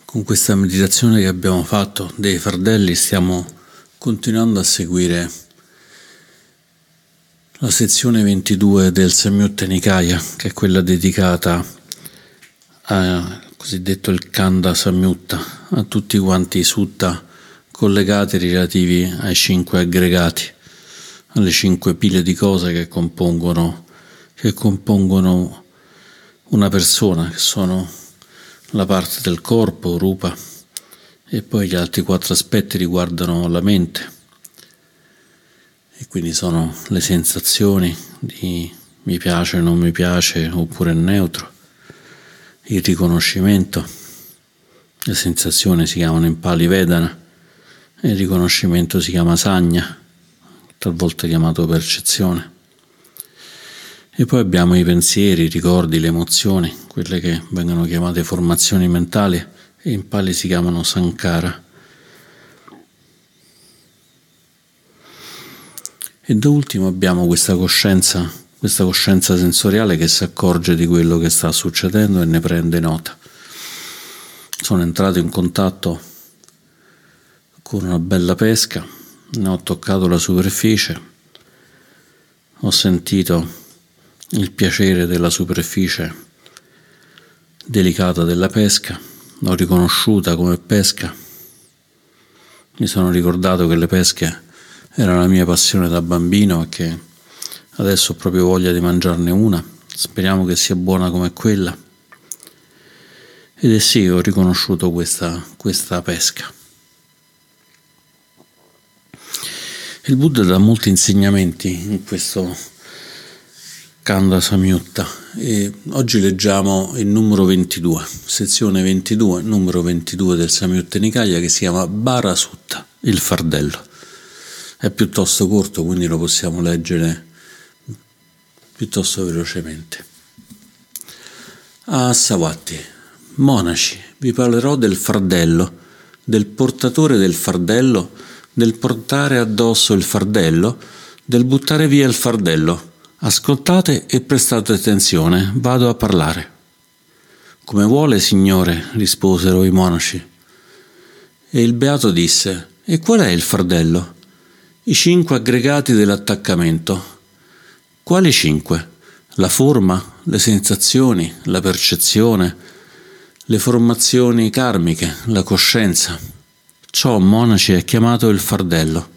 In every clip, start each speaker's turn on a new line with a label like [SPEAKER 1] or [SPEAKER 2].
[SPEAKER 1] Con questa meditazione che abbiamo fatto dei fardelli stiamo continuando a seguire la sezione 22 del Samyutta Nikaya, che è quella dedicata al cosiddetto il Kanda Samyutta, a tutti quanti i sutta collegati relativi ai 5 aggregati, alle 5 pile di cose che compongono una persona, che sono la parte del corpo, rupa, e poi gli altri 4 aspetti riguardano la mente, e quindi sono le sensazioni di mi piace, non mi piace, oppure neutro, il riconoscimento, le sensazioni si chiamano in Pali Vedana, e il riconoscimento si chiama Sagna, talvolta chiamato percezione. E poi abbiamo i pensieri, i ricordi, le emozioni, quelle che vengono chiamate formazioni mentali e in Pali si chiamano Sankara. E da ultimo abbiamo questa coscienza sensoriale che si accorge di quello che sta succedendo e ne prende nota. Sono entrato in contatto con una bella pesca, ne ho toccato la superficie, ho sentito il piacere della superficie delicata della pesca, l'ho riconosciuta come pesca, mi sono ricordato che le pesche erano la mia passione da bambino e che adesso ho proprio voglia di mangiarne una, speriamo che sia buona come quella. Ed sì, ho riconosciuto questa pesca. Il Buddha dà molti insegnamenti in questo Kanda Samyutta e oggi leggiamo il numero 22, sezione 22, numero 22 del Samyutta Nikaya, che si chiama Bhara Sutta, il fardello. È piuttosto corto, quindi lo possiamo leggere piuttosto velocemente. Asavati, monaci, vi parlerò del fardello, del portatore del fardello, del portare addosso il fardello, del buttare via il fardello. Ascoltate e prestate attenzione, vado a parlare. Come vuole, signore, risposero i monaci. E il beato disse: e qual è il fardello? I 5 aggregati dell'attaccamento. Quali 5? La forma, le sensazioni, la percezione, le formazioni karmiche, la coscienza. Ciò, monaci, è chiamato il fardello.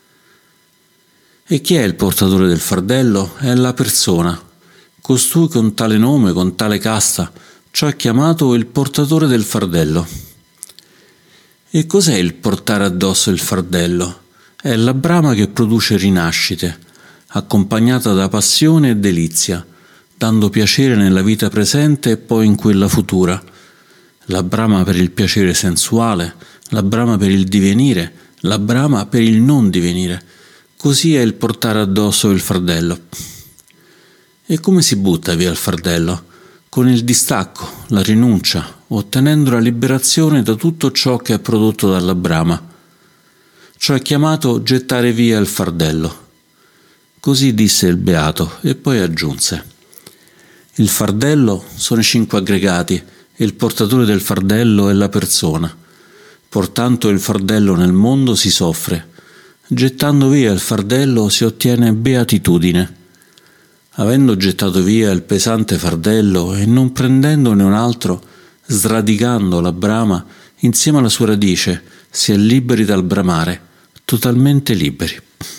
[SPEAKER 1] E chi è il portatore del fardello? È la persona. Costui con tale nome, con tale casta, ciò è chiamato il portatore del fardello. E cos'è il portare addosso il fardello? È la brama che produce rinascite, accompagnata da passione e delizia, dando piacere nella vita presente e poi in quella futura. La brama per il piacere sensuale, la brama per il divenire, la brama per il non divenire. Così è il portare addosso il fardello. E come si butta via il fardello? Con il distacco, la rinuncia, ottenendo la liberazione da tutto ciò che è prodotto dalla brama. Ciò è chiamato gettare via il fardello. Così disse il beato e poi aggiunse: il fardello sono i 5 aggregati e il portatore del fardello è la persona. Portando il fardello nel mondo si soffre. Gettando via il fardello si ottiene beatitudine. Avendo gettato via il pesante fardello e non prendendone un altro, sradicando la brama insieme alla sua radice, si è liberi dal bramare, totalmente liberi.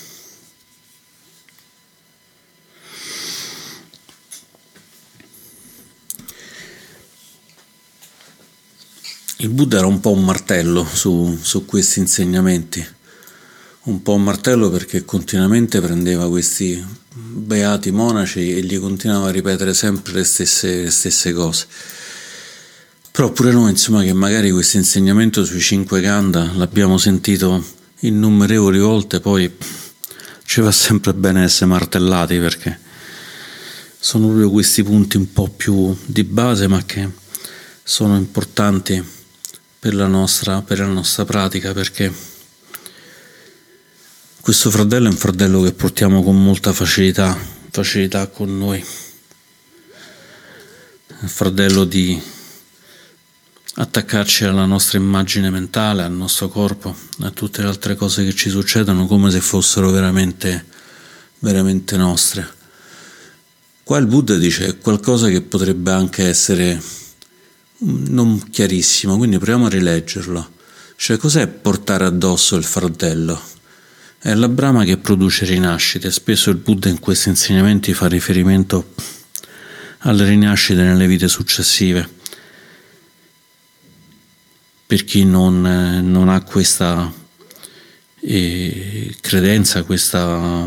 [SPEAKER 1] Il Buddha era un po' un martello su questi insegnamenti. Un po' un martello perché continuamente prendeva questi beati monaci e gli continuava a ripetere sempre le stesse cose. Però pure noi, insomma, che magari questo insegnamento sui 5 Kanda l'abbiamo sentito innumerevoli volte, poi ci va sempre bene essere martellati, perché sono proprio questi punti un po' più di base, ma che sono importanti per la nostra pratica, perché questo fardello è un fardello che portiamo con molta facilità con noi. Il fardello di attaccarci alla nostra immagine mentale, al nostro corpo, a tutte le altre cose che ci succedono come se fossero veramente, veramente nostre. Qua il Buddha dice qualcosa che potrebbe anche essere non chiarissimo, quindi proviamo a rileggerlo. Cioè, cos'è portare addosso il fardello? È la Brahma che produce rinascite. Spesso il Buddha in questi insegnamenti fa riferimento alle rinascite nelle vite successive. Per chi non ha questa credenza, questa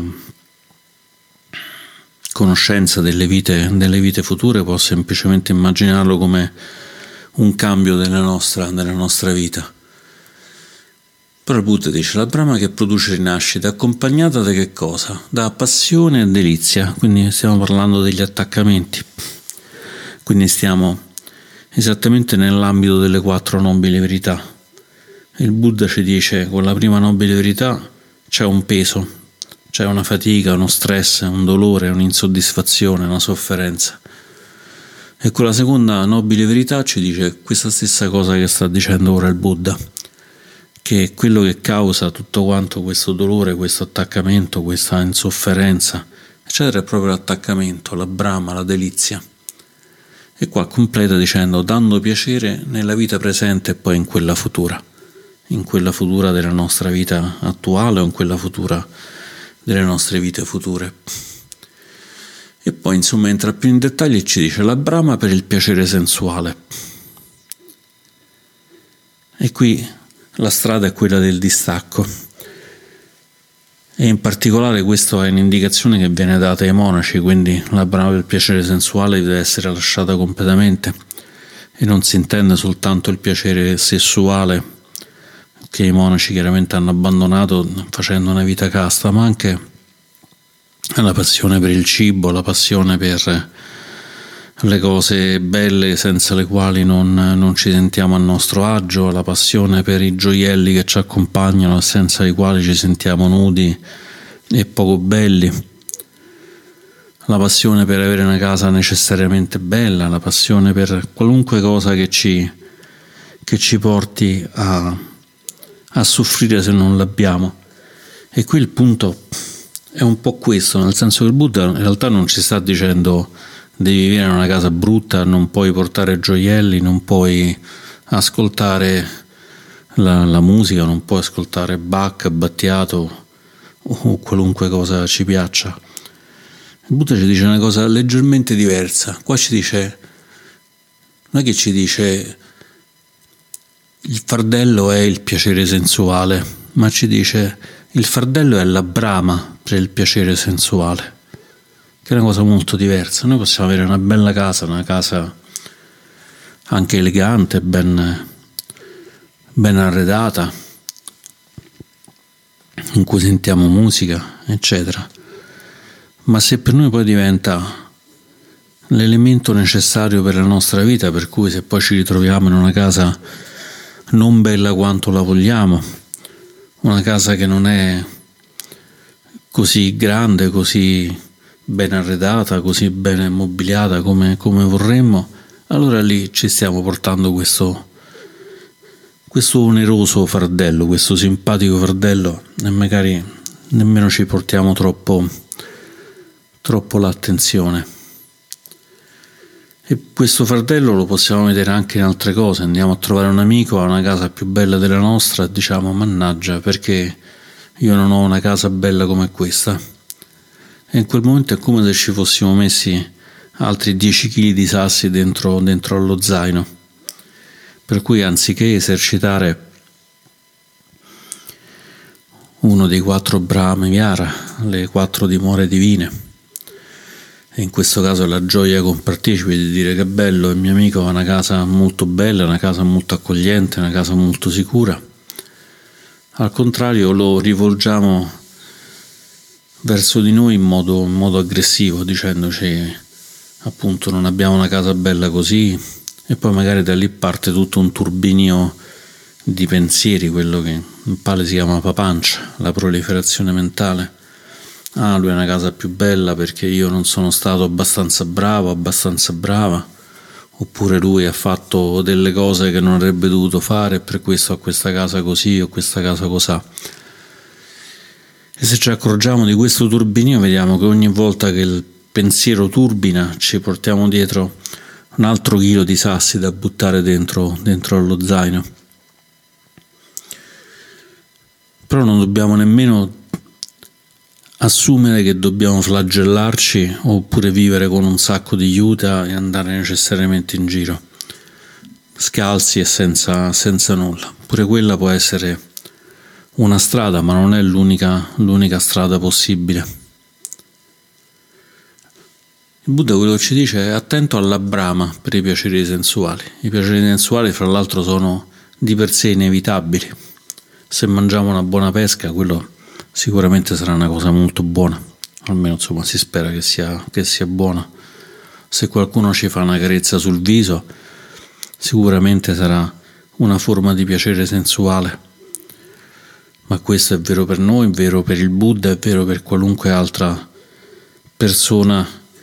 [SPEAKER 1] conoscenza delle vite future, può semplicemente immaginarlo come un cambio della nostra vita. Però il Buddha dice la Brahma che produce rinascita accompagnata da che cosa? Da passione e delizia, quindi stiamo parlando degli attaccamenti, quindi stiamo esattamente nell'ambito delle 4 nobili verità. Il Buddha ci dice con la prima nobile verità c'è un peso, c'è una fatica, uno stress, un dolore, un'insoddisfazione, una sofferenza. E con la seconda nobile verità ci dice questa stessa cosa che sta dicendo ora il Buddha, che quello che causa tutto quanto questo dolore, questo attaccamento, questa insofferenza, eccetera, è proprio l'attaccamento, la Brahma, la delizia. E qua completa dicendo dando piacere nella vita presente e poi in quella futura della nostra vita attuale o in quella futura delle nostre vite future. E poi insomma entra più in dettaglio e ci dice la Brahma per il piacere sensuale. E qui la strada è quella del distacco. E in particolare questo è un'indicazione che viene data ai monaci, quindi la Brahma per il piacere sensuale deve essere lasciata completamente e non si intende soltanto il piacere sessuale che i monaci chiaramente hanno abbandonato facendo una vita casta, ma anche la passione per il cibo, la passione per le cose belle senza le quali non ci sentiamo a nostro agio, la passione per i gioielli che ci accompagnano e senza i quali ci sentiamo nudi e poco belli, la passione per avere una casa necessariamente bella, la passione per qualunque cosa che ci porti a soffrire se non l'abbiamo. E qui il punto è un po' questo, nel senso che il Buddha in realtà non ci sta dicendo devi vivere in una casa brutta, non puoi portare gioielli, non puoi ascoltare la musica, non puoi ascoltare Bach, Battiato o qualunque cosa ci piaccia. Il Buddha ci dice una cosa leggermente diversa. Qua ci dice, non è che ci dice il fardello è il piacere sensuale, ma ci dice il fardello è la Brahma per il piacere sensuale, che è una cosa molto diversa. Noi possiamo avere una bella casa, una casa anche elegante, ben arredata, in cui sentiamo musica, eccetera. Ma se per noi poi diventa l'elemento necessario per la nostra vita, per cui se poi ci ritroviamo in una casa non bella quanto la vogliamo, una casa che non è così grande, così ben arredata, così ben mobiliata come vorremmo, allora lì ci stiamo portando questo oneroso fardello, questo simpatico fardello, e magari nemmeno ci portiamo troppo l'attenzione. E questo fardello lo possiamo vedere anche in altre cose. Andiamo a trovare un amico, ha una casa più bella della nostra e diciamo mannaggia, perché io non ho una casa bella come questa? E in quel momento è come se ci fossimo messi altri 10 kg di sassi dentro allo zaino, per cui anziché esercitare uno dei 4 Brahma Vihara, le 4 dimore divine, e in questo caso la gioia compartecipe di dire che bello, il mio amico ha una casa molto bella, una casa molto accogliente, una casa molto sicura, al contrario lo rivolgiamo verso di noi in modo aggressivo, dicendoci appunto non abbiamo una casa bella così, e poi magari da lì parte tutto un turbinio di pensieri, quello che in Pali si chiama papancia, la proliferazione mentale. Ah, lui ha una casa più bella perché io non sono stato abbastanza bravo, abbastanza brava, oppure lui ha fatto delle cose che non avrebbe dovuto fare e per questo ha questa casa così o questa casa cosà. E se ci accorgiamo di questo turbinio, vediamo che ogni volta che il pensiero turbina ci portiamo dietro un altro chilo di sassi da buttare dentro allo zaino. Però non dobbiamo nemmeno assumere che dobbiamo flagellarci oppure vivere con un sacco di juta e andare necessariamente in giro scalzi e senza nulla. Pure quella può essere una strada, ma non è l'unica strada possibile. Il Buddha quello che ci dice è attento alla brama per i piaceri sensuali. I piaceri sensuali, fra l'altro, sono di per sé inevitabili. Se mangiamo una buona pesca, quello sicuramente sarà una cosa molto buona, almeno insomma si spera che sia buona. Se qualcuno ci fa una carezza sul viso, sicuramente sarà una forma di piacere sensuale. Ma questo è vero per noi, è vero per il Buddha, è vero per qualunque altra persona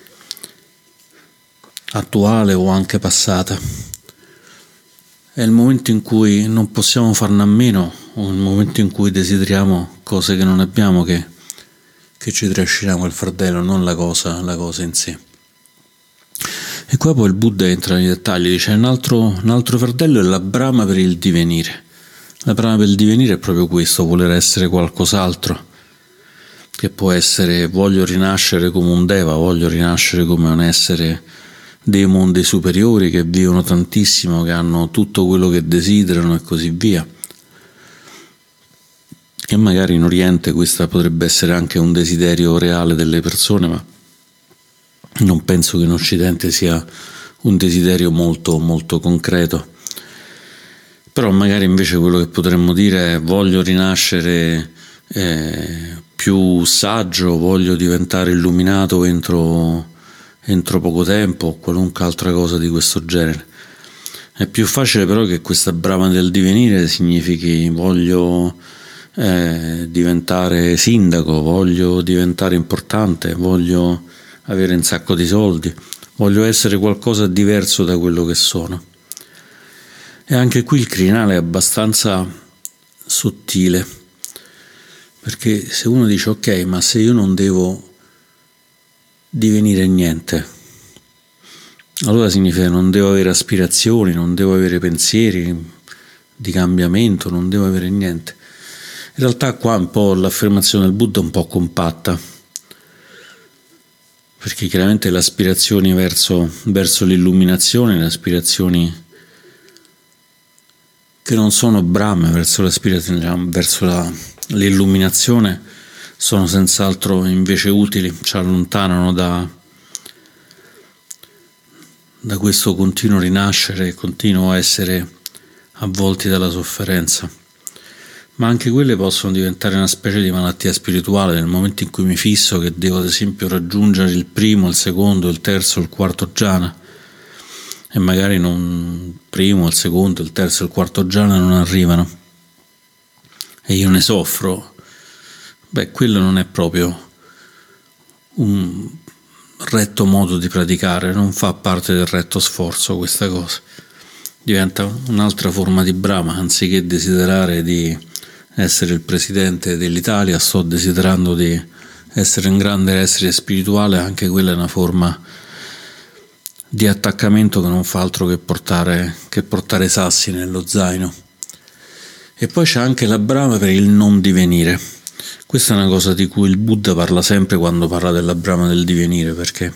[SPEAKER 1] attuale o anche passata. È il momento in cui non possiamo farne a meno, o il momento in cui desideriamo cose che non abbiamo, che ci trasciniamo il fardello, non la cosa in sé. E qua poi il Buddha entra nei dettagli, dice un altro fardello è la brama per il divenire. La brama per il divenire è proprio questo, voler essere qualcos'altro, che può essere voglio rinascere come un deva, voglio rinascere come un essere dei mondi superiori che vivono tantissimo, che hanno tutto quello che desiderano e così via. E magari in Oriente questa potrebbe essere anche un desiderio reale delle persone, ma non penso che in Occidente sia un desiderio molto molto concreto. Però magari invece quello che potremmo dire è voglio rinascere più saggio, voglio diventare illuminato entro poco tempo, o qualunque altra cosa di questo genere. È più facile però che questa brama del divenire significhi voglio diventare sindaco, voglio diventare importante, voglio avere un sacco di soldi, voglio essere qualcosa diverso da quello che sono. E anche qui il crinale è abbastanza sottile, perché se uno dice ok, ma se io non devo divenire niente, allora significa che non devo avere aspirazioni, non devo avere pensieri di cambiamento, non devo avere niente. In realtà qua un po' l'affermazione del Buddha è un po' compatta, perché chiaramente le aspirazioni verso l'illuminazione, le aspirazioni che non sono brame verso l'illuminazione sono senz'altro invece utili, ci allontanano da questo continuo rinascere, continuo essere avvolti dalla sofferenza. Ma anche quelle possono diventare una specie di malattia spirituale nel momento in cui mi fisso che devo ad esempio raggiungere il primo, il secondo, il terzo, il quarto jhana, e magari il primo, il secondo, il terzo e il quarto jhana non arrivano e io ne soffro. Quello non è proprio un retto modo di praticare, non fa parte del retto sforzo questa cosa. Diventa un'altra forma di brama, anziché desiderare di essere il presidente dell'Italia, sto desiderando di essere un grande essere spirituale, anche quella è una forma di attaccamento che non fa altro che portare sassi nello zaino. E poi c'è anche la brama per il non divenire. Questa è una cosa di cui il Buddha parla sempre quando parla della brama del divenire, perché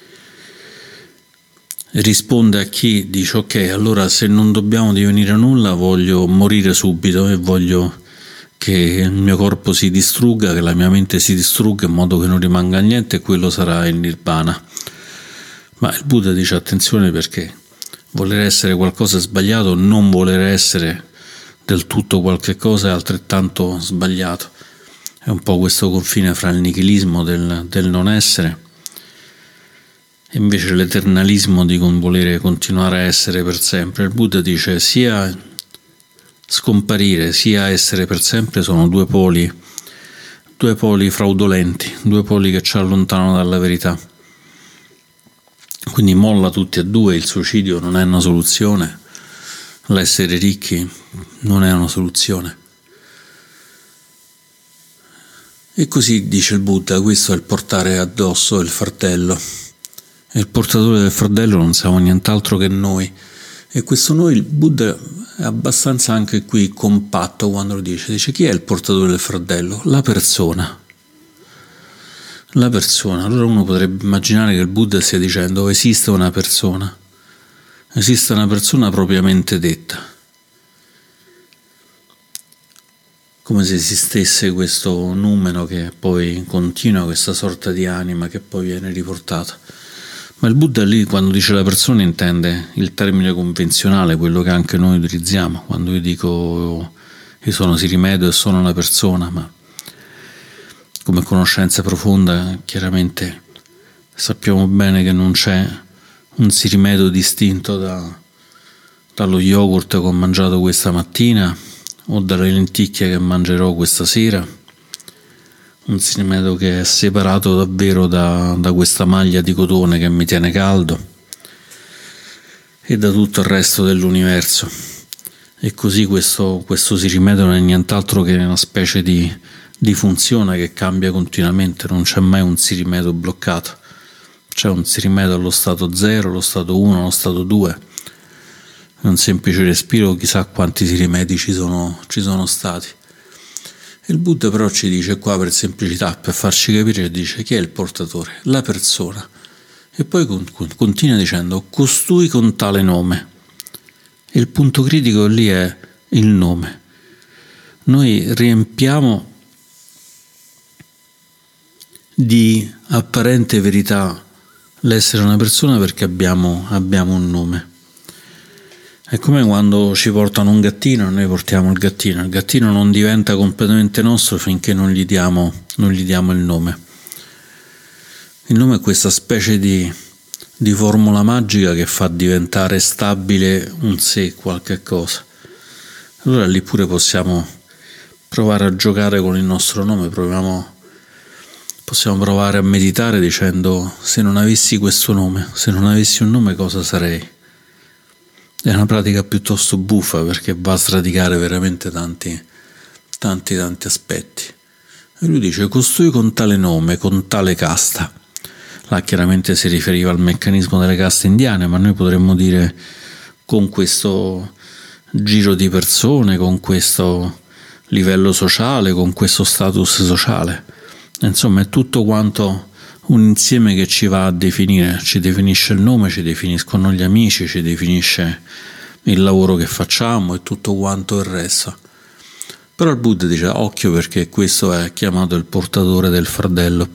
[SPEAKER 1] risponde a chi dice ok, allora se non dobbiamo divenire nulla voglio morire subito e voglio che il mio corpo si distrugga, che la mia mente si distrugga in modo che non rimanga niente, e quello sarà il nirvana. Ma il Buddha dice attenzione, perché voler essere qualcosa è sbagliato, non voler essere del tutto qualche cosa è altrettanto sbagliato. È un po' questo confine fra il nichilismo del non essere e invece l'eternalismo di non volere continuare a essere per sempre. Il Buddha dice sia scomparire sia essere per sempre sono due poli fraudolenti, due poli che ci allontanano dalla verità. Quindi molla tutti e due, il suicidio non è una soluzione, l'essere ricchi non è una soluzione. E così dice il Buddha, questo è il portare addosso il fardello. E il portatore del fardello non siamo nient'altro che noi. E questo noi, il Buddha è abbastanza anche qui compatto quando lo dice. Dice, chi è il portatore del fardello? La persona. La persona. Allora uno potrebbe immaginare che il Buddha stia dicendo, esiste una persona. Esiste una persona propriamente detta. Come se esistesse questo numero che poi continua, questa sorta di anima che poi viene riportata. Ma il Buddha lì, quando dice la persona, intende il termine convenzionale, quello che anche noi utilizziamo. Quando io dico io sono Sirimedo e sono una persona, ma come conoscenza profonda chiaramente sappiamo bene che non c'è un Sirimedo distinto dallo yogurt che ho mangiato questa mattina o dalle lenticchie che mangerò questa sera, un Sirimedo che è separato davvero da questa maglia di cotone che mi tiene caldo e da tutto il resto dell'universo. E così questo Sirimedo non è nient'altro che una specie di funzione che cambia continuamente, non c'è mai un Sirimedo bloccato, c'è un Sirimedo allo stato 0, allo stato 1, allo stato 2, un semplice respiro, chissà quanti Sirimedi ci sono stati. E il Buddha però ci dice qua, per semplicità, per farci capire, dice chi è il portatore? La persona. E poi continua dicendo costui con tale nome. E il punto critico lì è il nome. Noi riempiamo di apparente verità l'essere una persona perché abbiamo un nome. È come quando ci portano un gattino e noi portiamo il gattino non diventa completamente nostro finché non gli diamo il nome. Il nome è questa specie di formula magica che fa diventare stabile un sé, qualche cosa. Allora lì pure possiamo provare a giocare con il nostro nome, possiamo provare a meditare dicendo se non avessi questo nome, se non avessi un nome cosa sarei? È una pratica piuttosto buffa perché va a sradicare veramente tanti aspetti. E lui dice costui con tale nome, con tale casta. Là chiaramente si riferiva al meccanismo delle caste indiane, ma noi potremmo dire con questo giro di persone, con questo livello sociale, con questo status sociale. Insomma è tutto quanto un insieme che ci va a definire, ci definisce il nome, ci definiscono gli amici, ci definisce il lavoro che facciamo e tutto quanto il resto. Però il Buddha dice occhio perché questo è chiamato il portatore del fardello.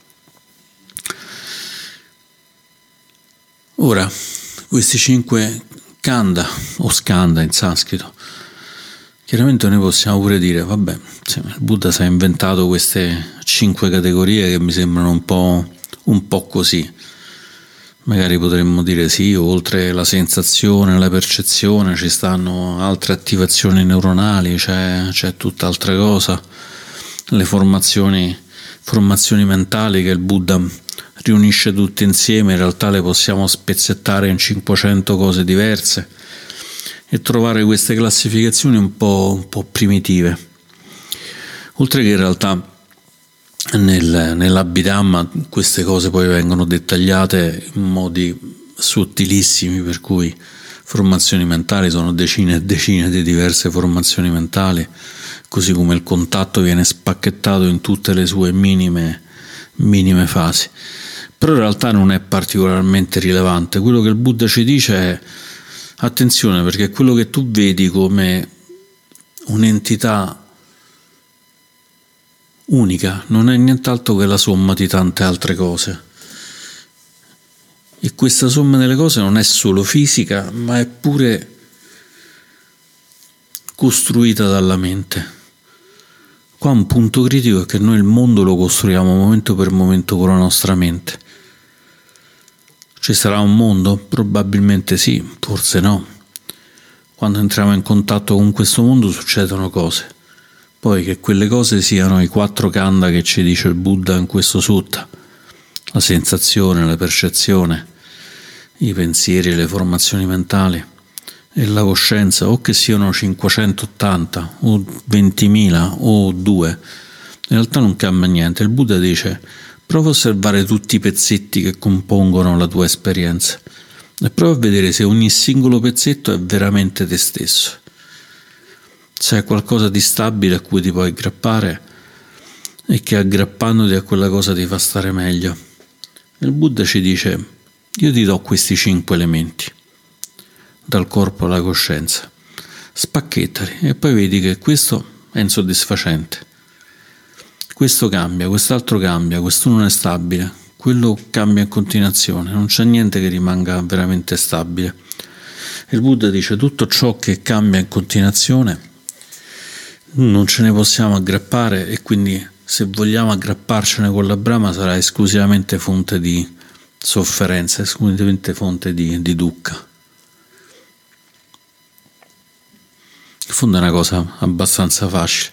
[SPEAKER 1] Ora, questi 5 kanda o skanda in sanscrito, chiaramente noi possiamo pure dire vabbè, il Buddha si è inventato queste 5 categorie che mi sembrano un po' così. Magari potremmo dire sì, oltre la sensazione, la percezione ci stanno altre attivazioni neuronali, c'è tutta altra cosa, le formazioni mentali che il Buddha riunisce tutte insieme, in realtà le possiamo spezzettare in 500 cose diverse e trovare queste classificazioni un po' primitive. Oltre che in realtà nell'Abhidhamma queste cose poi vengono dettagliate in modi sottilissimi, per cui formazioni mentali sono decine e decine di diverse formazioni mentali, così come il contatto viene spacchettato in tutte le sue minime fasi. Però in realtà non è particolarmente rilevante. Quello che il Buddha ci dice è attenzione, perché quello che tu vedi come un'entità unica non è nient'altro che la somma di tante altre cose. E questa somma delle cose non è solo fisica, ma è pure costruita dalla mente. Qua un punto critico è che noi il mondo lo costruiamo momento per momento con la nostra mente. Ci sarà un mondo? Probabilmente sì, forse no. Quando entriamo in contatto con questo mondo succedono cose. Poi che quelle cose siano i 4 kanda che ci dice il Buddha in questo sutta, la sensazione, la percezione, i pensieri e le formazioni mentali e la coscienza, o che siano 580 o 20.000 o 2, in realtà non cambia niente. Il Buddha dice: prova a osservare tutti i pezzetti che compongono la tua esperienza e prova a vedere se ogni singolo pezzetto è veramente te stesso, se è qualcosa di stabile a cui ti puoi aggrappare e che aggrappandoti a quella cosa ti fa stare meglio. Il Buddha ci dice: io ti do questi 5 elementi, dal corpo alla coscienza, spacchettali e poi vedi che questo è insoddisfacente, questo cambia, quest'altro cambia, questo non è stabile, quello cambia in continuazione, non c'è niente che rimanga veramente stabile. Il Buddha dice: tutto ciò che cambia in continuazione non ce ne possiamo aggrappare, e quindi se vogliamo aggrapparcene con la Brahma sarà esclusivamente fonte di sofferenza, esclusivamente fonte di dukkha. In fondo è una cosa abbastanza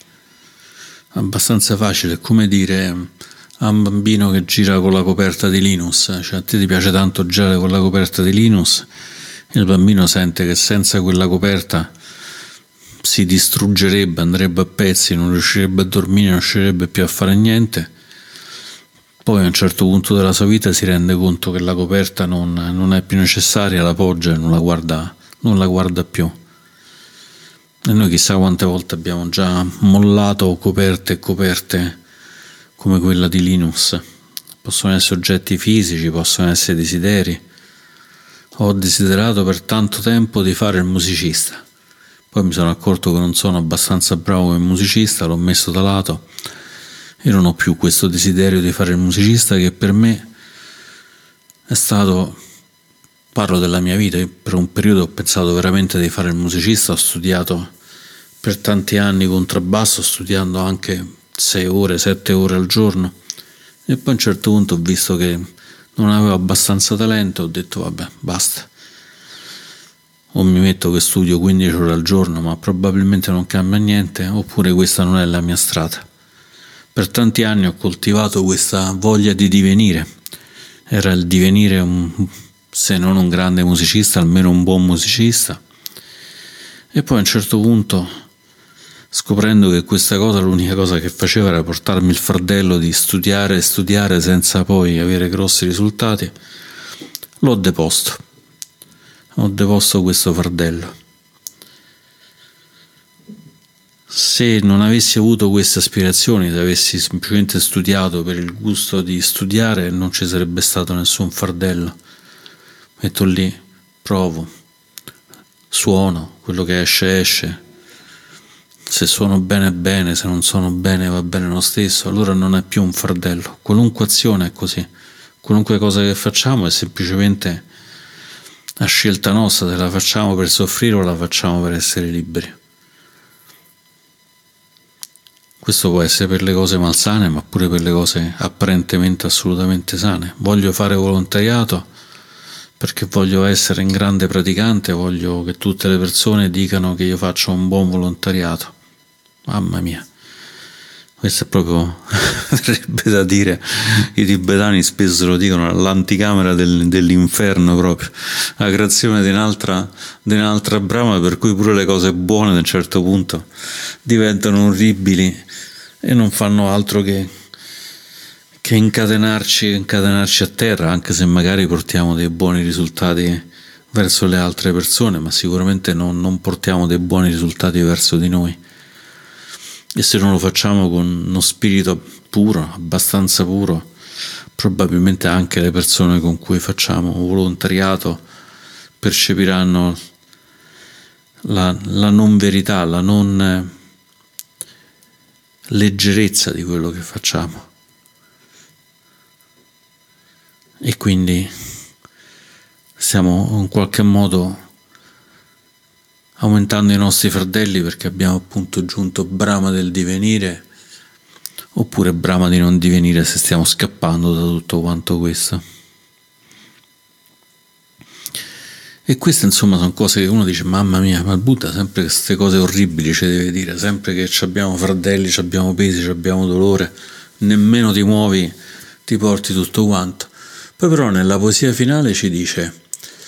[SPEAKER 1] facile, è come dire a un bambino che gira con la coperta di Linus, cioè a te ti piace tanto girare con la coperta di Linus e il bambino sente che senza quella coperta si distruggerebbe, andrebbe a pezzi, non riuscirebbe a dormire, non riuscirebbe più a fare niente. Poi a un certo punto della sua vita si rende conto che la coperta non è più necessaria, la poggia e non la guarda più. E noi chissà quante volte abbiamo già mollato coperte e coperte come quella di Linus. Possono essere oggetti fisici, possono essere desideri. Ho desiderato per tanto tempo di fare il musicista, poi mi sono accorto che non sono abbastanza bravo come musicista, l'ho messo da lato e non ho più questo desiderio di fare il musicista, che per me è stato, parlo della mia vita, io per un periodo ho pensato veramente di fare il musicista, ho studiato per tanti anni contrabbasso, studiando anche 6 ore, 7 ore al giorno, e poi a un certo punto ho visto che non avevo abbastanza talento, ho detto vabbè, basta, o mi metto che studio 15 ore al giorno ma probabilmente non cambia niente, oppure questa non è la mia strada. Per tanti anni ho coltivato questa voglia di divenire, era il divenire se non un grande musicista, almeno un buon musicista, e poi a un certo punto, scoprendo che questa cosa, l'unica cosa che faceva era portarmi il fardello di studiare e studiare senza poi avere grossi risultati, l'ho deposto. Ho deposto questo fardello. Se non avessi avuto queste aspirazioni, se avessi semplicemente studiato per il gusto di studiare, non ci sarebbe stato nessun fardello. Metto lì, provo, suono, quello che esce esce, se suono bene bene, se non suono bene va bene lo stesso, allora non è più un fardello. Qualunque azione è così, qualunque cosa che facciamo è semplicemente a scelta nostra, se la facciamo per soffrire o la facciamo per essere liberi. Questo può essere per le cose malsane, ma pure per le cose apparentemente assolutamente sane. Voglio fare volontariato perché voglio essere un grande praticante, voglio che tutte le persone dicano che io faccio un buon volontariato. Mamma mia, questo è proprio, verrebbe da dire, i tibetani spesso lo dicono, l'anticamera dell'inferno proprio, la creazione di un'altra Brahma, per cui pure le cose buone a un certo punto diventano orribili e non fanno altro che incatenarci a terra, anche se magari portiamo dei buoni risultati verso le altre persone, ma sicuramente non portiamo dei buoni risultati verso di noi. E se non lo facciamo con uno spirito puro, abbastanza puro, probabilmente anche le persone con cui facciamo volontariato percepiranno la non verità, la non leggerezza di quello che facciamo. E quindi stiamo in qualche modo aumentando i nostri fardelli perché abbiamo appunto giunto Brahma del divenire, oppure Brahma di non divenire se stiamo scappando da tutto quanto questo. E queste insomma sono cose che uno dice mamma mia, ma il Buddha sempre queste cose orribili ci deve dire, sempre che abbiamo fardelli, abbiamo pesi, abbiamo dolore, nemmeno ti muovi, ti porti tutto quanto. Poi però nella poesia finale ci dice: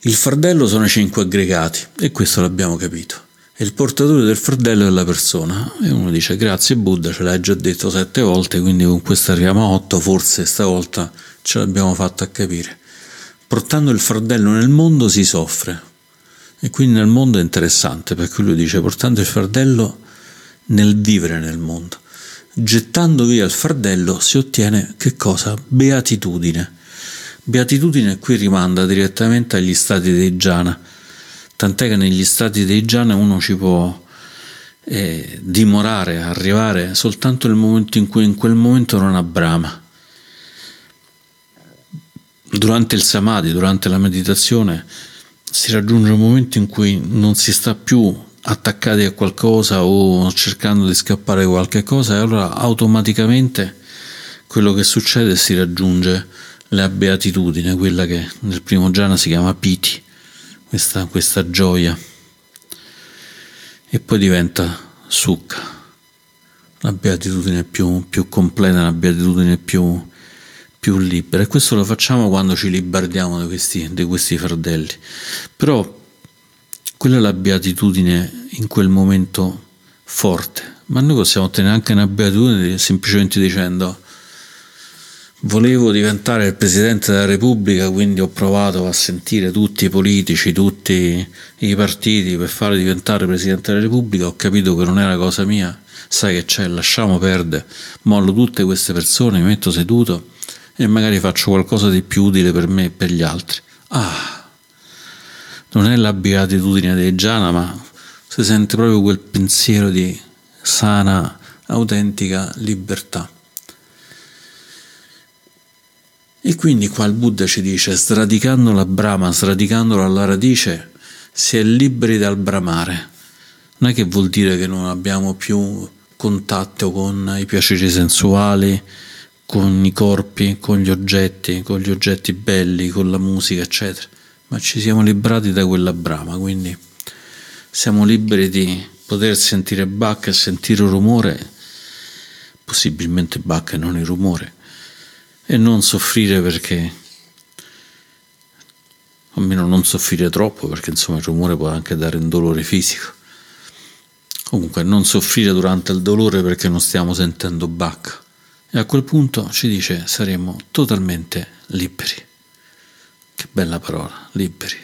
[SPEAKER 1] Il fardello sono i 5 aggregati e questo l'abbiamo capito. E il portatore del fardello è la persona. E uno dice: grazie Buddha, ce l'hai già detto 7 volte, quindi con questo arriviamo a 8, forse stavolta ce l'abbiamo fatta a capire. Portando il fardello nel mondo si soffre. E quindi nel mondo è interessante, perché lui dice: portando il fardello nel vivere nel mondo. Gettando via il fardello si ottiene che cosa? Beatitudine. Beatitudine qui rimanda direttamente agli stati dei jhana, tant'è che negli stati dei jhana uno ci può dimorare, arrivare soltanto nel momento in cui in quel momento non ha brama. Durante il samadhi, durante la meditazione, si raggiunge un momento in cui non si sta più attaccati a qualcosa o cercando di scappare da qualche cosa, e allora automaticamente quello che succede è si raggiunge la beatitudine, quella che nel primo jhana si chiama piti, questa gioia, e poi diventa sukha, la beatitudine più completa, la beatitudine più libera. E questo lo facciamo quando ci liberiamo di questi fardelli. Però quella è la beatitudine in quel momento forte, ma noi possiamo ottenere anche una beatitudine semplicemente dicendo: volevo diventare il Presidente della Repubblica, quindi ho provato a sentire tutti i politici, tutti i partiti per fare diventare Presidente della Repubblica, ho capito che non era cosa mia, sai che c'è, lasciamo perdere, mollo tutte queste persone, mi metto seduto e magari faccio qualcosa di più utile per me e per gli altri. Non è la beatitudine dei jhana, ma si sente proprio quel pensiero di sana, autentica libertà. E quindi qua il Buddha ci dice: sradicando la brama, sradicandolo alla radice, si è liberi dal bramare. Non è che vuol dire che non abbiamo più contatto con i piaceri sensuali, con i corpi, con gli oggetti belli, con la musica, eccetera, ma ci siamo liberati da quella brama, quindi siamo liberi di poter sentire Bach e sentire il rumore, possibilmente Bach e non il rumore, e non soffrire, perché almeno non soffrire troppo, perché insomma il rumore può anche dare un dolore fisico. Comunque non soffrire durante il dolore perché non stiamo sentendo Bach. E a quel punto ci dice: saremo totalmente liberi. Che bella parola, liberi.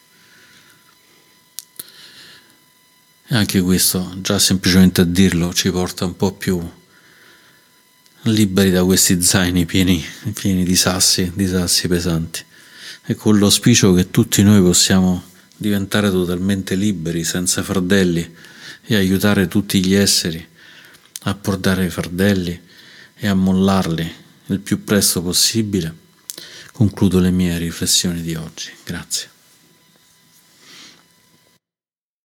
[SPEAKER 1] E anche questo, già semplicemente a dirlo, ci porta un po' più liberi da questi zaini pieni di sassi pesanti, e con l'auspicio che tutti noi possiamo diventare totalmente liberi, senza fardelli, e aiutare tutti gli esseri a portare i fardelli e a mollarli il più presto possibile. Concludo le mie riflessioni di oggi. Grazie.